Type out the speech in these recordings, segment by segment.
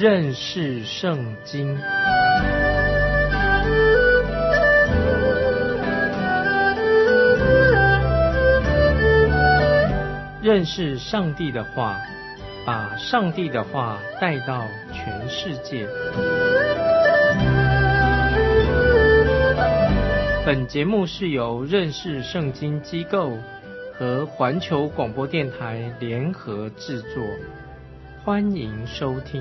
认识圣经。认识上帝的话，把上帝的话带到全世界。本节目是由认识圣经机构和环球广播电台联合制作，欢迎收听。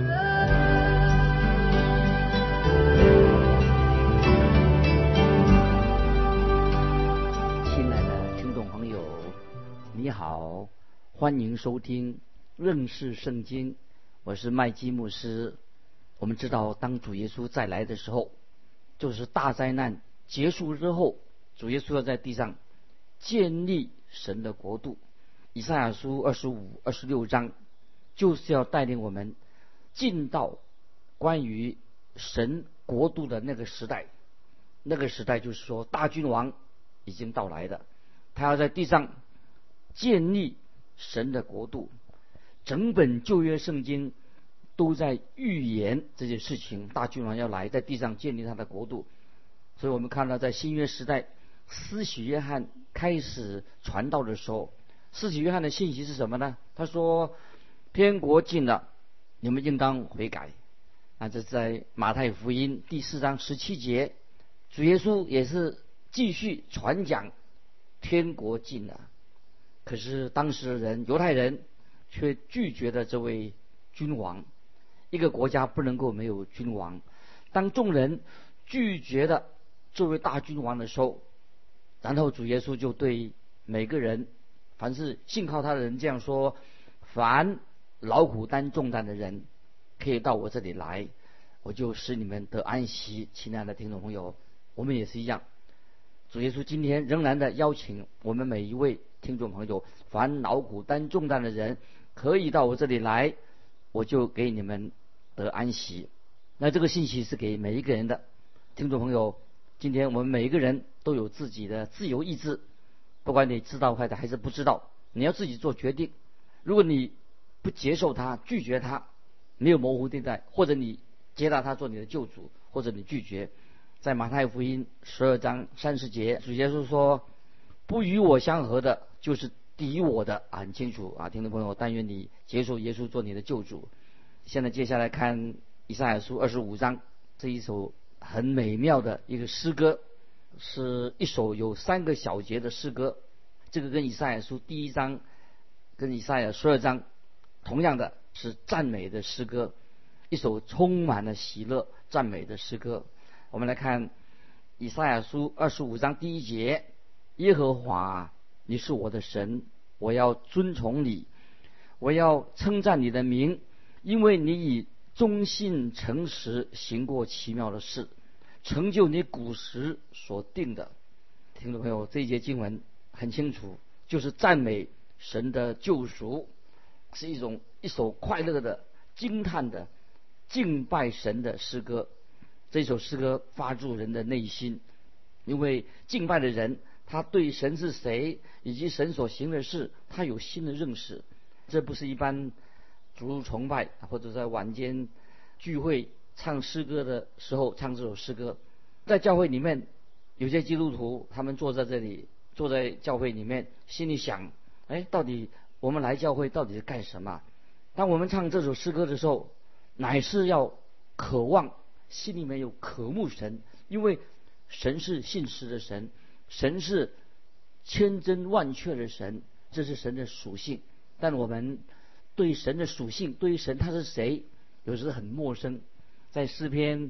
亲爱的听众朋友，你好，欢迎收听认识圣经，我是麦基牧师。我们知道，当主耶稣再来的时候，就是大灾难结束之后，主耶稣要在地上建立神的国度。以赛亚书25、26章就是要带领我们进到关于神国度的那个时代。那个时代就是说，大君王已经到来的，他要在地上建立神的国度。整本旧约圣经都在预言这件事情，大君王要来，在地上建立他的国度。所以我们看到，在新约时代，施洗约翰开始传道的时候，施洗约翰的信息是什么呢？他说，天国近了，你们应当悔改。这是在马太福音第4章17节，主耶稣也是继续传讲天国近了。可是当时的人，犹太人却拒绝了这位君王。一个国家不能够没有君王。当众人拒绝了这位大君王的时候，然后主耶稣就对每个人，凡是信靠他的人这样说：凡劳苦担重担的人，可以到我这里来，我就使你们得安息。亲爱的听众朋友，我们也是一样，主耶稣今天仍然的邀请我们每一位听众朋友，凡劳苦担重担的人，可以到我这里来，我就给你们得安息。那这个信息是给每一个人的。听众朋友，今天我们每一个人都有自己的自由意志，不管你知道还是不知道，你要自己做决定。如果你不接受他，拒绝他，没有模糊地带，或者你接纳他做你的救主，或者你拒绝。在马太福音12章30节，主耶稣说：不与我相合的，就是敌我的。很清楚啊，听众朋友，但愿你接受耶稣做你的救主。现在接下来看以赛亚书25章，这一首很美妙的一个诗歌，是一首有3个小节的诗歌。这个跟以赛亚书第1章跟以赛亚12章同样的是赞美的诗歌，一首充满了喜乐赞美的诗歌。我们来看以赛亚书25章第1节：耶和华，你是我的神，我要尊崇你，我要称赞你的名，因为你以忠信诚实行过奇妙的事，成就你古时所定的。听众朋友，这一节经文很清楚，就是赞美神的救赎，是一首快乐的、惊叹的、敬拜神的诗歌。这首诗歌发自人的内心，因为敬拜的人，他对神是谁以及神所行的事，他有新的认识。这不是一般主日崇拜或者在晚间聚会唱诗歌的时候唱这首诗歌。在教会里面，有些基督徒他们坐在这里，坐在教会里面，心里想：到底我们来教会到底是干什么？当我们唱这首诗歌的时候，乃是要渴望，心里面有渴慕神，因为神是信实的神，神是千真万确的神，这是神的属性。但我们对神的属性，对于神他是谁，有时很陌生。在诗篇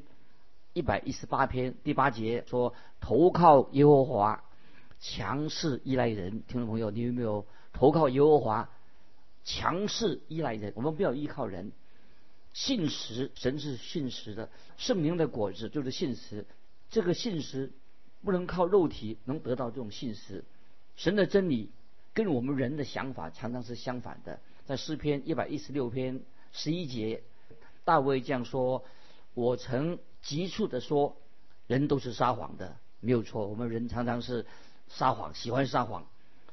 118篇第8节说：投靠耶和华，强势依赖人。听众朋友，你有没有投靠耶和华，强势依赖人？我们不要依靠人。信实，神是信实的，圣灵的果子就是信实。这个信实不能靠肉体能得到这种信实。神的真理跟我们人的想法常常是相反的。在诗篇116篇11节，大卫这样说：我曾急促的说，人都是撒谎的。没有错，我们人常常是撒谎，喜欢撒谎。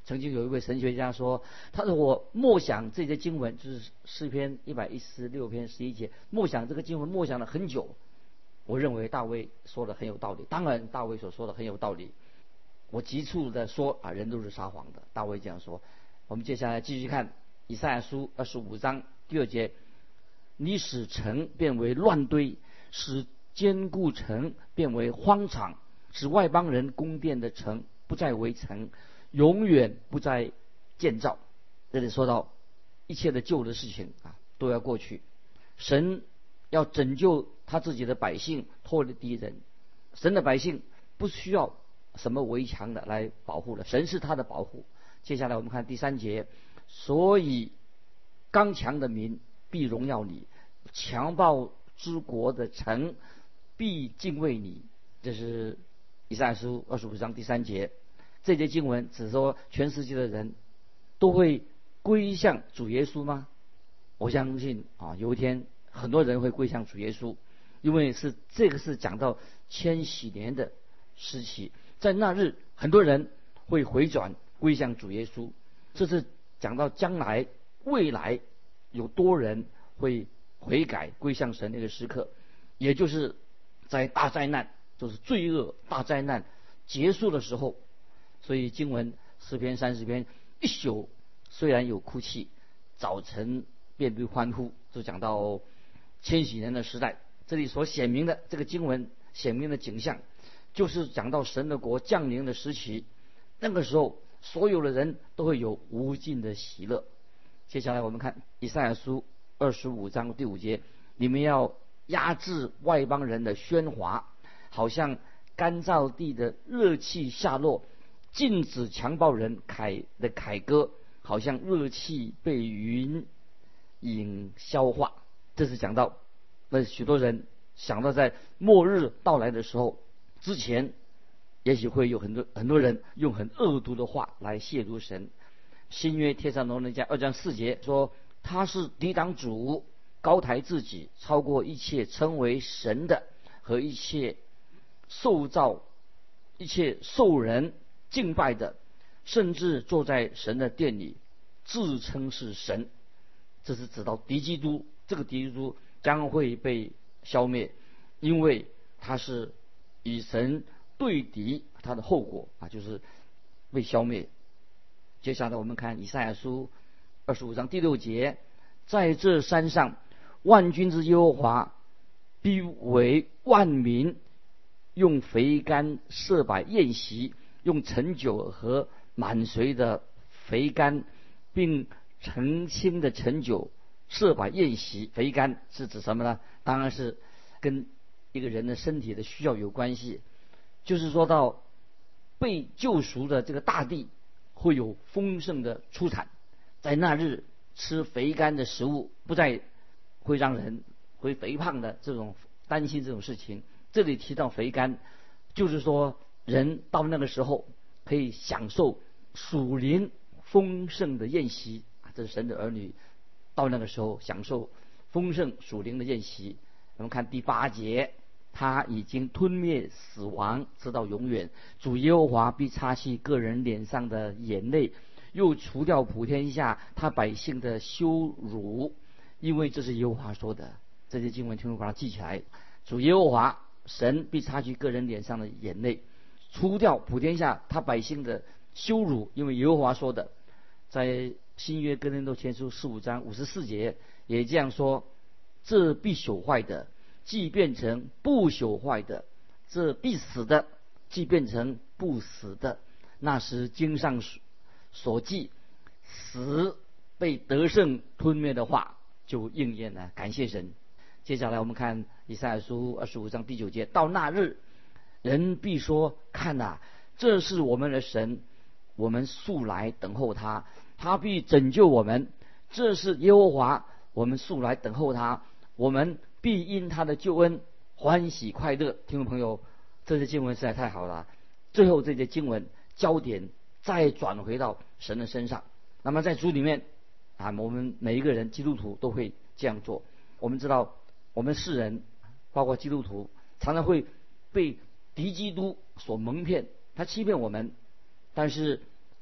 曾经有一位神学家说，他说我默想这些经文，就是诗篇116篇11节，默想这个经文默想了很久。我认为大卫说的很有道理，当然大卫所说的很有道理。我急促的说啊，人都是撒谎的，大卫这样说。我们接下来继续看以赛亚书25章第2节，你使城变为乱堆，使坚固城变为荒场，使外邦人宫殿的城不再为城，永远不再建造。这里说到一切的旧的事情啊都要过去，神要拯救他自己的百姓脱离敌人。神的百姓不需要什么围墙的来保护了，神是他的保护。接下来我们看第3节，所以刚强的民必荣耀你，强暴之国的城必敬畏你。这是以赛亚书25章第3节。这节经文只说全世界的人都会归向主耶稣吗？我相信啊，有一天很多人会归向主耶稣，因为这个是讲到千禧年的时期，在那日很多人会回转归向主耶稣。这是讲到将来未来有多人会悔改归向神那个时刻，也就是在大灾难，就是罪恶大灾难结束的时候。所以经文诗篇30篇，一宿虽然有哭泣，早晨便必欢呼，就讲到千禧年的时代。这里所显明的这个经文显明的景象，就是讲到神的国降临的时期，那个时候所有的人都会有无尽的喜乐。接下来我们看以赛亚书25章第5节，你们要压制外邦人的喧哗，好像干燥地的热气下落，禁止强暴人的凯歌，好像热气被云影消化。这是讲到那许多人想到在末日到来的时候之前，也许会有很多人用很恶毒的话来亵渎神。新约帖撒罗尼迦2章4节说，他是抵挡主，高抬自己，超过一切称为神的和一切受造一切受人敬拜的，甚至坐在神的殿里自称是神。这是指到敌基督，这个敌基督将会被消灭，因为他是与神对敌，他的后果啊就是被消灭。接下来我们看以赛亚书25章第6节，在这山上万军之耶和华必为万民用肥甘设摆宴席，用陈酒和满髓的肥甘并澄清的陈酒设摆宴席。肥甘是指什么呢？当然是跟一个人的身体的需要有关系，就是说到被救赎的这个大地会有丰盛的出产，在那日吃肥甘的食物不再会让人会肥胖的这种担心这种事情。这里提到肥甘，就是说人到那个时候可以享受属灵丰盛的宴席，这是神的儿女到那个时候享受丰盛属灵的宴席。我们看第8节，他已经吞灭死亡直到永远，主耶和华必擦去个人脸上的眼泪，又除掉普天下他百姓的羞辱，因为这是耶和华说的。这些经文请把它记起来，主耶和华神必擦去个人脸上的眼泪，除掉普天下他百姓的羞辱，因为耶和华说的。在新约哥林多前书15章54节也这样说，这必朽坏的既变成不朽坏的，这必死的既变成不死的，那时经上所记死被得胜吞灭的话就应验了。感谢神。接下来我们看以赛亚书25章第9节，到那日人必说，看哪，这是我们的神，我们素来等候他，他必拯救我们。这是耶和华，我们素来等候他，我们必因他的救恩欢喜快乐。听众朋友，这些经文实在太好了。最后这些经文焦点再转回到神的身上。那么在主里面啊，我们每一个人基督徒都会这样做。我们知道我们世人包括基督徒常常会被敌基督所蒙骗，他欺骗我们。但是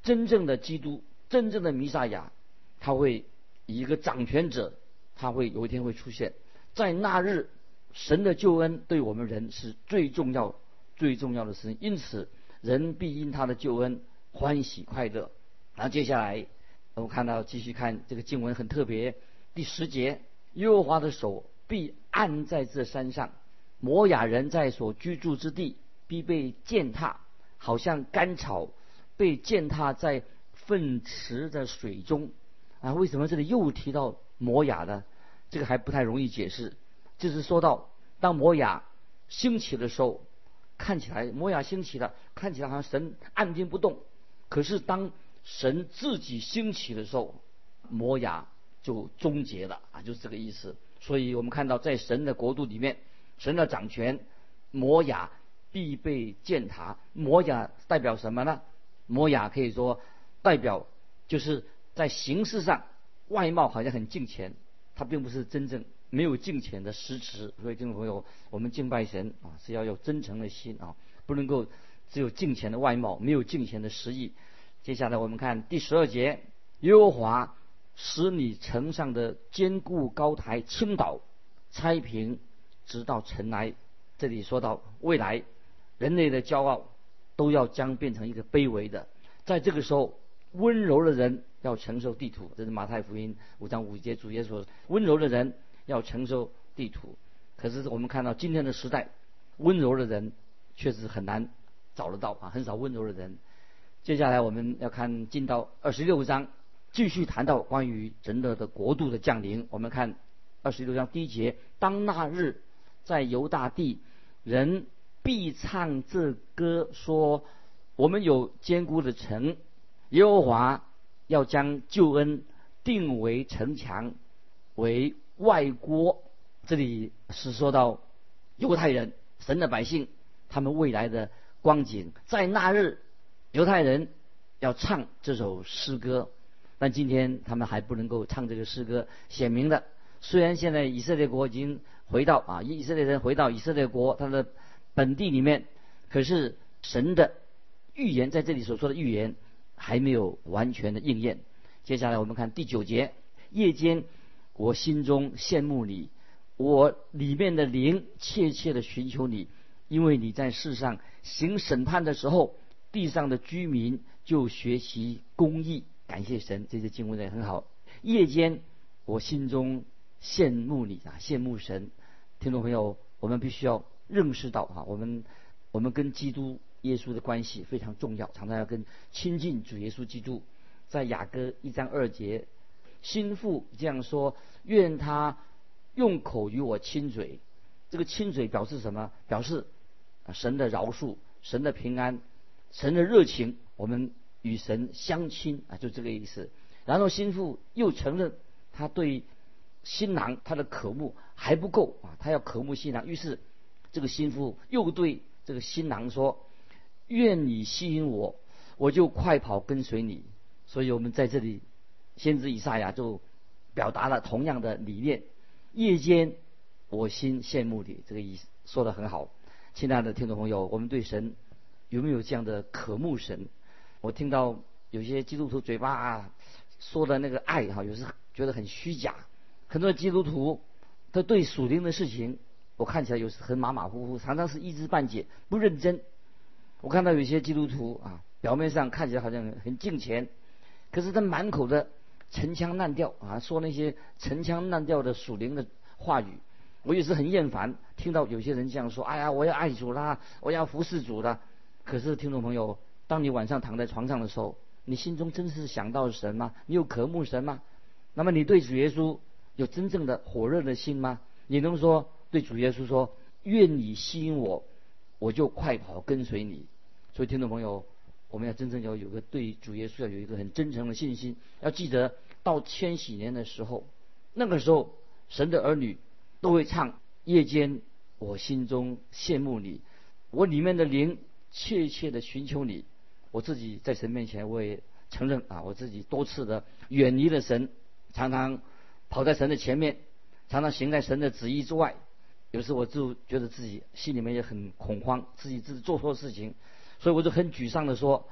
真正的基督，真正的弥赛亚，他会以一个掌权者，他会有一天会出现。在那日，神的救恩对我们人是最重要的事情，因此人必因他的救恩欢喜快乐。然后接下来我们继续看这个经文很特别，第10节，耶和华的手必按在这山上，摩亚人在所居住之地必被践踏，好像干草被践踏在粪池的水中。为什么这里又提到摩亚呢？这个还不太容易解释。就是说到当摩亚兴起的时候，摩亚兴起了，看起来好像神按兵不动。可是当神自己兴起的时候，摩亚就终结了就是这个意思。所以我们看到在神的国度里面，神的掌权，摩亚必被践踏。摩亚代表什么呢？摩亚可以说代表就是在形式上外貌好像很敬虔，他并不是真正没有敬虔的实质。所以听众朋友，我们敬拜神是要有真诚的心不能够只有敬虔的外貌，没有敬虔的实意。接下来我们看第12节，耶和华使你城上的坚固高台倾倒，拆平，直到尘埃。这里说到未来人类的骄傲都要将变成一个卑微的，在这个时候温柔的人要承受地土。这是马太福音5章5节主耶稣说，温柔的人要承受地土。可是我们看到今天的时代，温柔的人确实很难找得到很少温柔的人。接下来我们要进到26章，继续谈到关于神的国度的降临。我们看26章第1节，当那日，在犹大地人必唱这歌说，我们有坚固的城，耶和华要将救恩定为城墙，为外郭。这里是说到犹太人，神的百姓，他们未来的光景。在那日，犹太人要唱这首诗歌，但今天他们还不能够唱这个诗歌。显明的，虽然现在以色列国已经回到以色列人回到以色列国他的本地里面，可是神的预言，在这里所说的预言还没有完全的应验。接下来我们看第9节，夜间我心中羡慕你，我里面的灵切切的寻求你，因为你在世上行审判的时候，地上的居民就学习公义。感谢神，这些经文也很好。夜间我心中羡慕你羡慕神。听众朋友，我们必须要认识到我们跟基督耶稣的关系非常重要，常常要亲近主耶稣基督。在雅歌1章2节，心腹这样说，愿他用口与我亲嘴。这个亲嘴表示什么？表示神的饶恕，神的平安，神的热情，我们与神相亲就这个意思。然后心腹又承认他对新郎他的渴慕还不够他要渴慕新郎。于是这个心腹又对这个新郎说，愿你吸引我，我就快跑跟随你。所以我们在这里，先知以赛亚就表达了同样的理念。夜间我心羡慕你，这个意思说得很好。亲爱的听众朋友，我们对神有没有这样的渴慕神？我听到有些基督徒嘴巴说的那个爱有时觉得很虚假。很多基督徒他对属灵的事情，我看起来有时很马马虎虎，常常是一知半解，不认真。我看到有些基督徒表面上看起来好像很敬虔，可是他满口的陈腔滥调说那些陈腔滥调的属灵的话语，我也是很厌烦。听到有些人这样说，哎呀，我要爱主啦，我要服侍主啦。可是听众朋友，当你晚上躺在床上的时候，你心中真是想到神吗？你有渴慕神吗？那么你对主耶稣有真正的火热的心吗？你能说对主耶稣说，愿你吸引我，我就快跑跟随你。所以听众朋友，我们要真正要有个对主耶稣要有一个很真诚的信心。要记得到千禧年的时候，那个时候神的儿女都会唱，夜间我心中羡慕你，我里面的灵切切的寻求你。我自己在神面前我也承认我自己多次的远离了神，常常跑在神的前面，常常行在神的旨意之外。有时我就觉得自己心里面也很恐慌，自己做错事情，所以我就很沮丧的说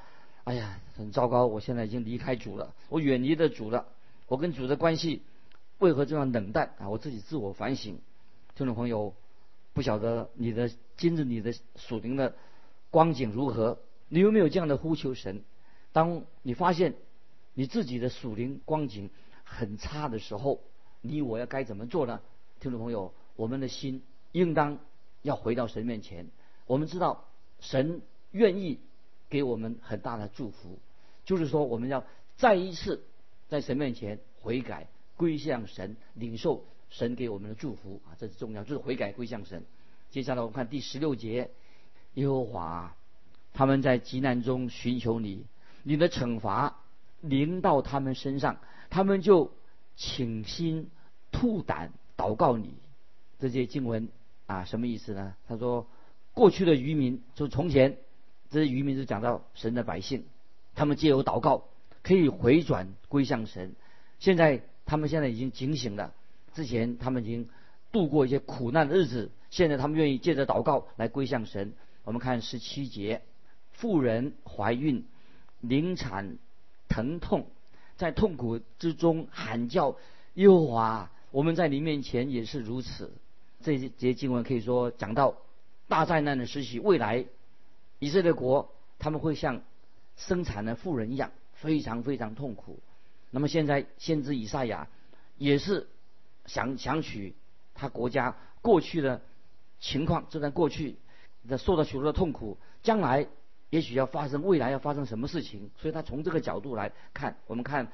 哎呀，很糟糕，我现在已经离开主了，我远离了主了，我跟主的关系为何这样冷淡啊？我自己自我反省。听众朋友，不晓得今日你的属灵的光景如何？你有没有这样的呼求神？当你发现你自己的属灵光景很差的时候，你我要该怎么做呢？听众朋友，我们的心应当要回到神面前。我们知道神愿意给我们很大的祝福，就是说我们要再一次在神面前悔改，归向神，领受神给我们的祝福啊，这是重要，就是悔改归向神。接下来我们看第16节，耶和华他们在急难中寻求你，你的惩罚临到他们身上，他们就倾心吐胆祷告你。这些经文啊，什么意思呢？他说过去的渔民，就从前这些渔民是讲到神的百姓，他们藉由祷告可以回转归向神。他们现在已经警醒了，之前他们已经度过一些苦难的日子，现在他们愿意借着祷告来归向神。我们看17节，妇人怀孕临产疼痛，在痛苦之中喊叫耶和华，我们在你面前也是如此。这节经文可以说讲到大灾难的时期，未来以色列国他们会像生产的妇人一样，非常非常痛苦。那么现在先知以赛亚也是想起他国家过去的情况，这段过去受到许多的痛苦，将来也许要发生，未来要发生什么事情，所以他从这个角度来看。我们看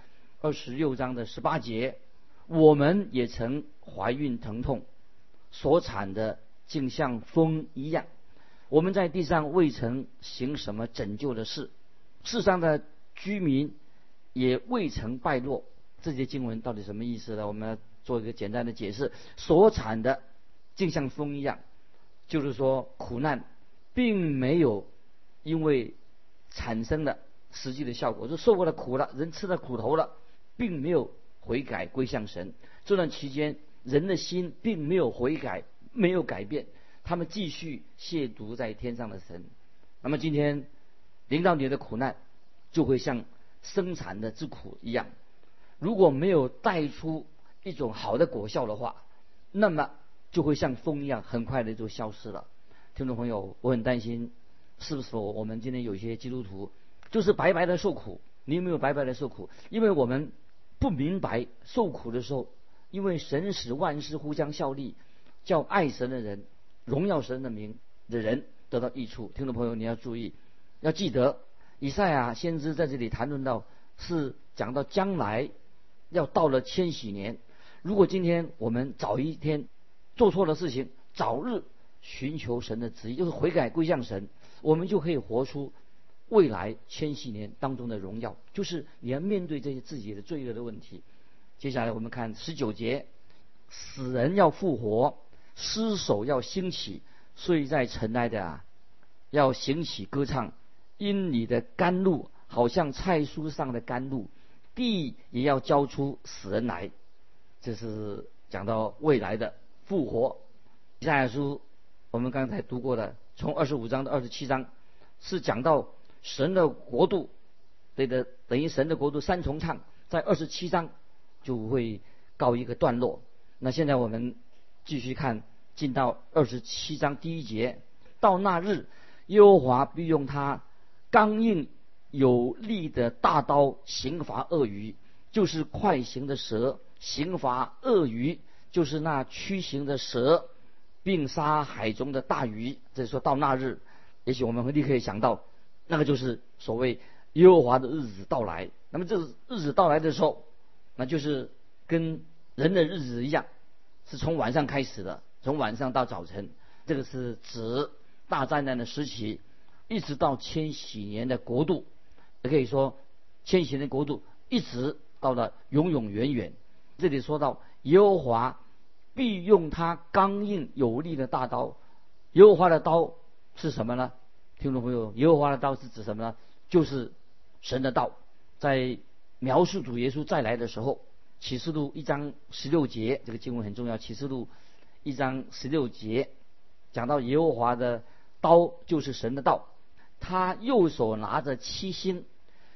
26章的18节，我们也曾怀孕疼痛，所产的竟像风一样，我们在地上未曾行什么拯救的事，世上的居民也未曾败落。这些经文到底什么意思呢？我们要做一个简单的解释。所产的竟像风一样，就是说苦难并没有因为产生了实际的效果，就受过了苦了，人吃了苦头了，并没有悔改归向神。这段期间人的心并没有悔改，没有改变，他们继续亵渎在天上的神。那么今天临到你的苦难，就会像生产的之苦一样，如果没有带出一种好的果效的话，那么就会像风一样，很快的就消失了。听众朋友，我很担心，是不是我们今天有些基督徒就是白白的受苦？你有没有白白的受苦？因为我们不明白受苦的时候，因为神使万事互相效力，叫爱神的人、荣耀神的名的人得到益处。听众朋友，你要注意，要记得，以赛亚先知在这里谈论到，是讲到将来要到了千禧年。如果今天我们早一天做错了事情，早日寻求神的旨意，就是悔改归向神，我们就可以活出未来千禧年当中的荣耀。就是你要面对这些自己的罪恶的问题。接下来我们看19节，死人要复活，尸首要兴起，睡在尘埃的要兴起歌唱，因你的甘露好像菜蔬上的甘露，地也要交出死人来。这是讲到未来的复活。以赛亚书我们刚才读过的，从25章到27章是讲到神的国度，等于神的国度三重唱，在27章就会告一个段落。那现在我们继续看，进到27章第1节，到那日，耶和华必用他刚硬有力的大刀刑罚鳄鱼，就是快行的蛇；刑罚鳄鱼，就是那驱行的蛇，并杀海中的大鱼。这是说到那日，也许我们会立刻想到，那个就是所谓耶和华的日子到来。那么这个日子到来的时候，那就是跟人的日子一样，是从晚上开始的，从晚上到早晨。这个是指大灾难的时期，一直到千禧年的国度，也可以说千禧年的国度一直到了永永远远。这里说到耶和华必用他刚硬有力的大刀。耶和华的刀是什么呢？听众朋友，耶和华的刀是指什么呢？就是神的道。在描述主耶稣再来的时候，启示录1章16节，这个经文很重要。启示录1章16节讲到耶和华的刀就是神的道，他右手拿着7星，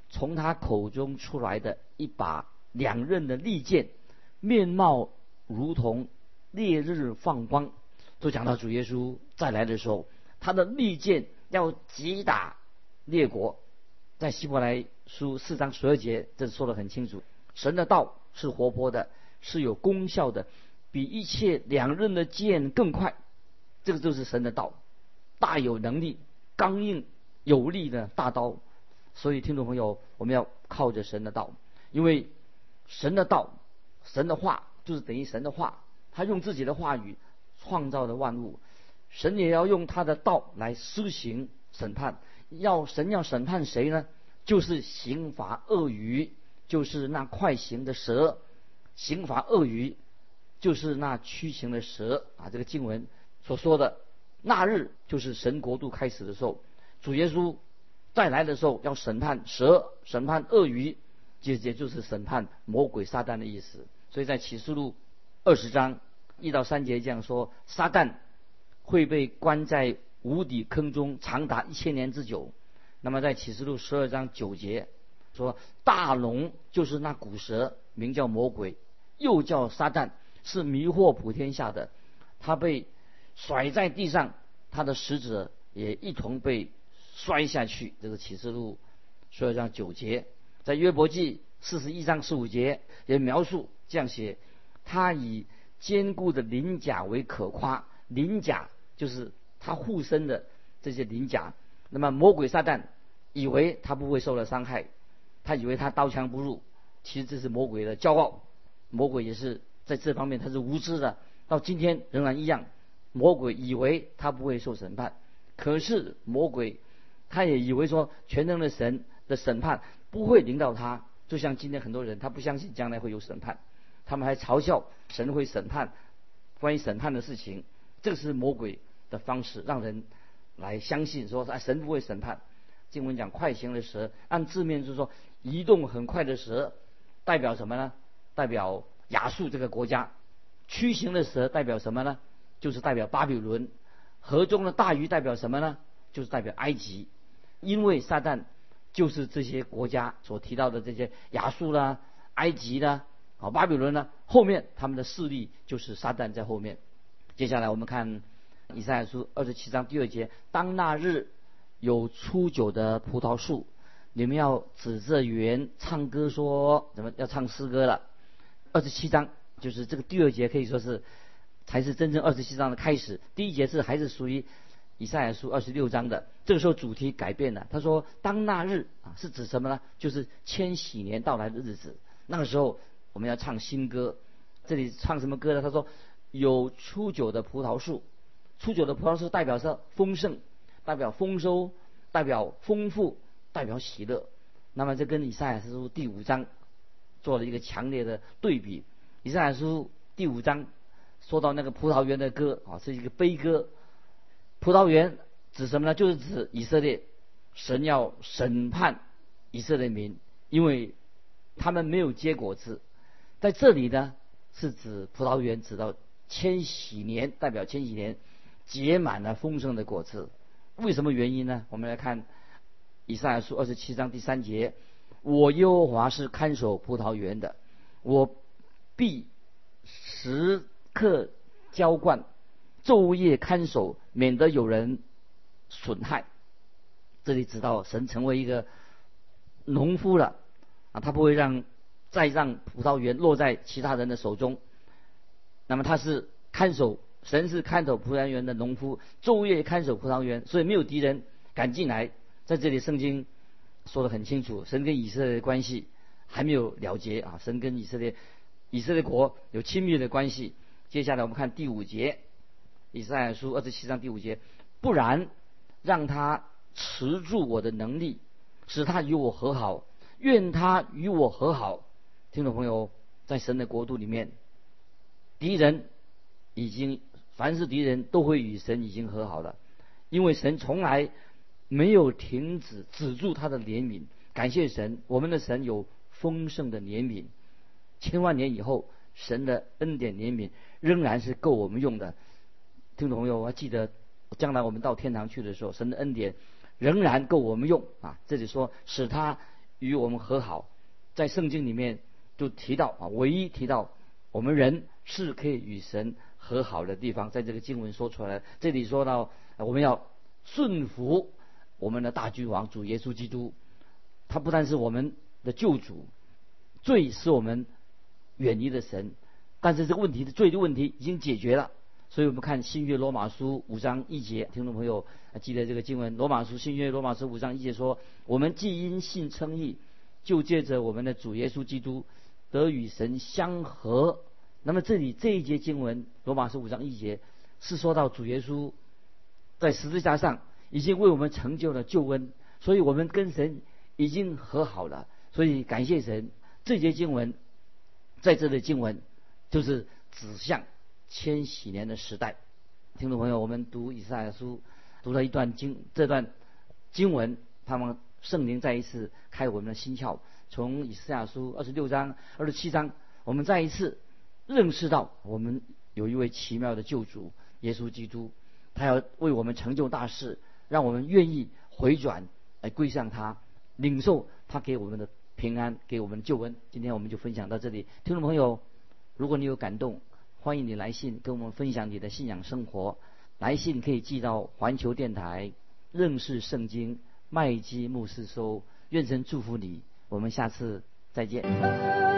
从他口中出来的一把两刃的利剑，面貌如同烈日放光。都讲到主耶稣再来的时候，他的利剑要击打列国。在希伯来书4章12节，这说得很清楚，神的道是活泼的，是有功效的，比一切两刃的剑更快。这个就是神的道，大有能力，刚硬有力的大刀。所以听众朋友，我们要靠着神的道，因为神的道，神的话就是等于神的话，他用自己的话语创造了万物，神也要用他的道来施行审判。神要审判谁呢？就是刑罚鳄鱼，就是那快行的蛇。刑罚鳄鱼就是那驱行的蛇啊！这个经文所说的那日，就是神国度开始的时候，主耶稣再来的时候要审判蛇，审判鳄鱼，也就是审判魔鬼撒旦的意思。所以在启示录20章1到3节这样说，撒旦会被关在无底坑中长达1000年之久。那么在启示录12章9节说，大龙就是那古蛇，名叫魔鬼，又叫撒旦，是迷惑普天下的。他被甩在地上，他的使者也一同被摔下去。这个启示录12章9节。在约伯记41章15节也描述这样写，他以坚固的鳞甲为可夸。鳞甲就是他护身的这些鳞甲。那么魔鬼撒旦以为他不会受到伤害，他以为他刀枪不入，其实这是魔鬼的骄傲。魔鬼也是在这方面他是无知的，到今天仍然一样。魔鬼以为他不会受审判，可是魔鬼他也以为说全能的神的审判不会临到他。就像今天很多人他不相信将来会有审判，他们还嘲笑神会审判，关于审判的事情，这个是魔鬼的方式，让人来相信说神不会审判。经文讲快行的蛇，按字面就是说移动很快的蛇，代表什么呢？代表亚述这个国家。驱行的蛇代表什么呢？就是代表巴比伦。河中的大鱼代表什么呢？就是代表埃及。因为撒旦就是这些国家所提到的这些亚述啦、埃及啦、巴比伦啦，后面他们的势力就是撒旦在后面。接下来我们看以赛亚书27章第2节，当那日有出酒的葡萄树，你们要指着园唱歌说，怎么要唱诗歌了。27章就是这个第2节，可以说是才是真正27章的开始。第1节是还是属于以赛亚书26章的。这个时候主题改变了，他说当那日是指什么呢？就是千禧年到来的日子。那个时候我们要唱新歌。这里唱什么歌呢？他说有出酒的葡萄树。出酒的葡萄树代表着丰盛，代表丰收，代表丰富，代表喜乐。那么这跟以赛亚书第5章做了一个强烈的对比。以赛亚书第5章说到那个葡萄园的歌是一个悲歌。葡萄园指什么呢？就是指以色列，神要审判以色列民，因为他们没有结果子。在这里呢，是指葡萄园，指到千禧年，代表千禧年结满了丰盛的果子。为什么原因呢？我们来看以赛亚书27章第3节，我耶和华是看守葡萄园的，我必时刻浇灌，昼夜看守，免得有人损害。这里指到神成为一个农夫了他不会再让葡萄园落在其他人的手中。那么他是看守，神是看守葡萄园的农夫，昼夜看守葡萄园，所以没有敌人敢进来。在这里圣经说得很清楚，神跟以色列的关系还没有了结神跟以色列国有亲密的关系。接下来我们看第5节，以赛亚书27章第5节，不然让他持住我的能力，使他与我和好，愿他与我和好。听众朋友，在神的国度里面，凡是敌人都会与神已经和好了，因为神从来没有停止住他的怜悯。感谢神，我们的神有丰盛的怜悯，千万年以后神的恩典怜悯仍然是够我们用的。听众朋友，我记得将来我们到天堂去的时候，神的恩典仍然够我们用这里说使他与我们和好。在圣经里面就提到唯一提到我们人是可以与神和好的地方，在这个经文说出来。这里说到我们要顺服我们的大君王主耶稣基督，他不但是我们的救主，罪是我们远离的神，但是这个问题的罪的问题已经解决了。所以我们看新约罗马书5章1节，听众朋友记得这个经文，新约罗马书5章1节说，我们既因信称义，就借着我们的主耶稣基督得与神相合。那么这里这一节经文罗马书5章1节是说到主耶稣在十字架上已经为我们成就了救恩，所以我们跟神已经和好了。所以感谢神，这节经文在这里经文就是指向千禧年的时代。听众朋友，我们读以赛亚书读了这段经文，盼望圣灵再一次开我们的心窍，从以赛亚书26章27章我们再一次认识到我们有一位奇妙的救主耶稣基督，他要为我们成就大事，让我们愿意回转来归向他，领受他给我们的平安，给我们的救恩。今天我们就分享到这里。听众朋友，如果你有感动，欢迎你来信跟我们分享你的信仰生活。来信可以寄到环球电台认识圣经麦基牧师收。愿神祝福你，我们下次再见。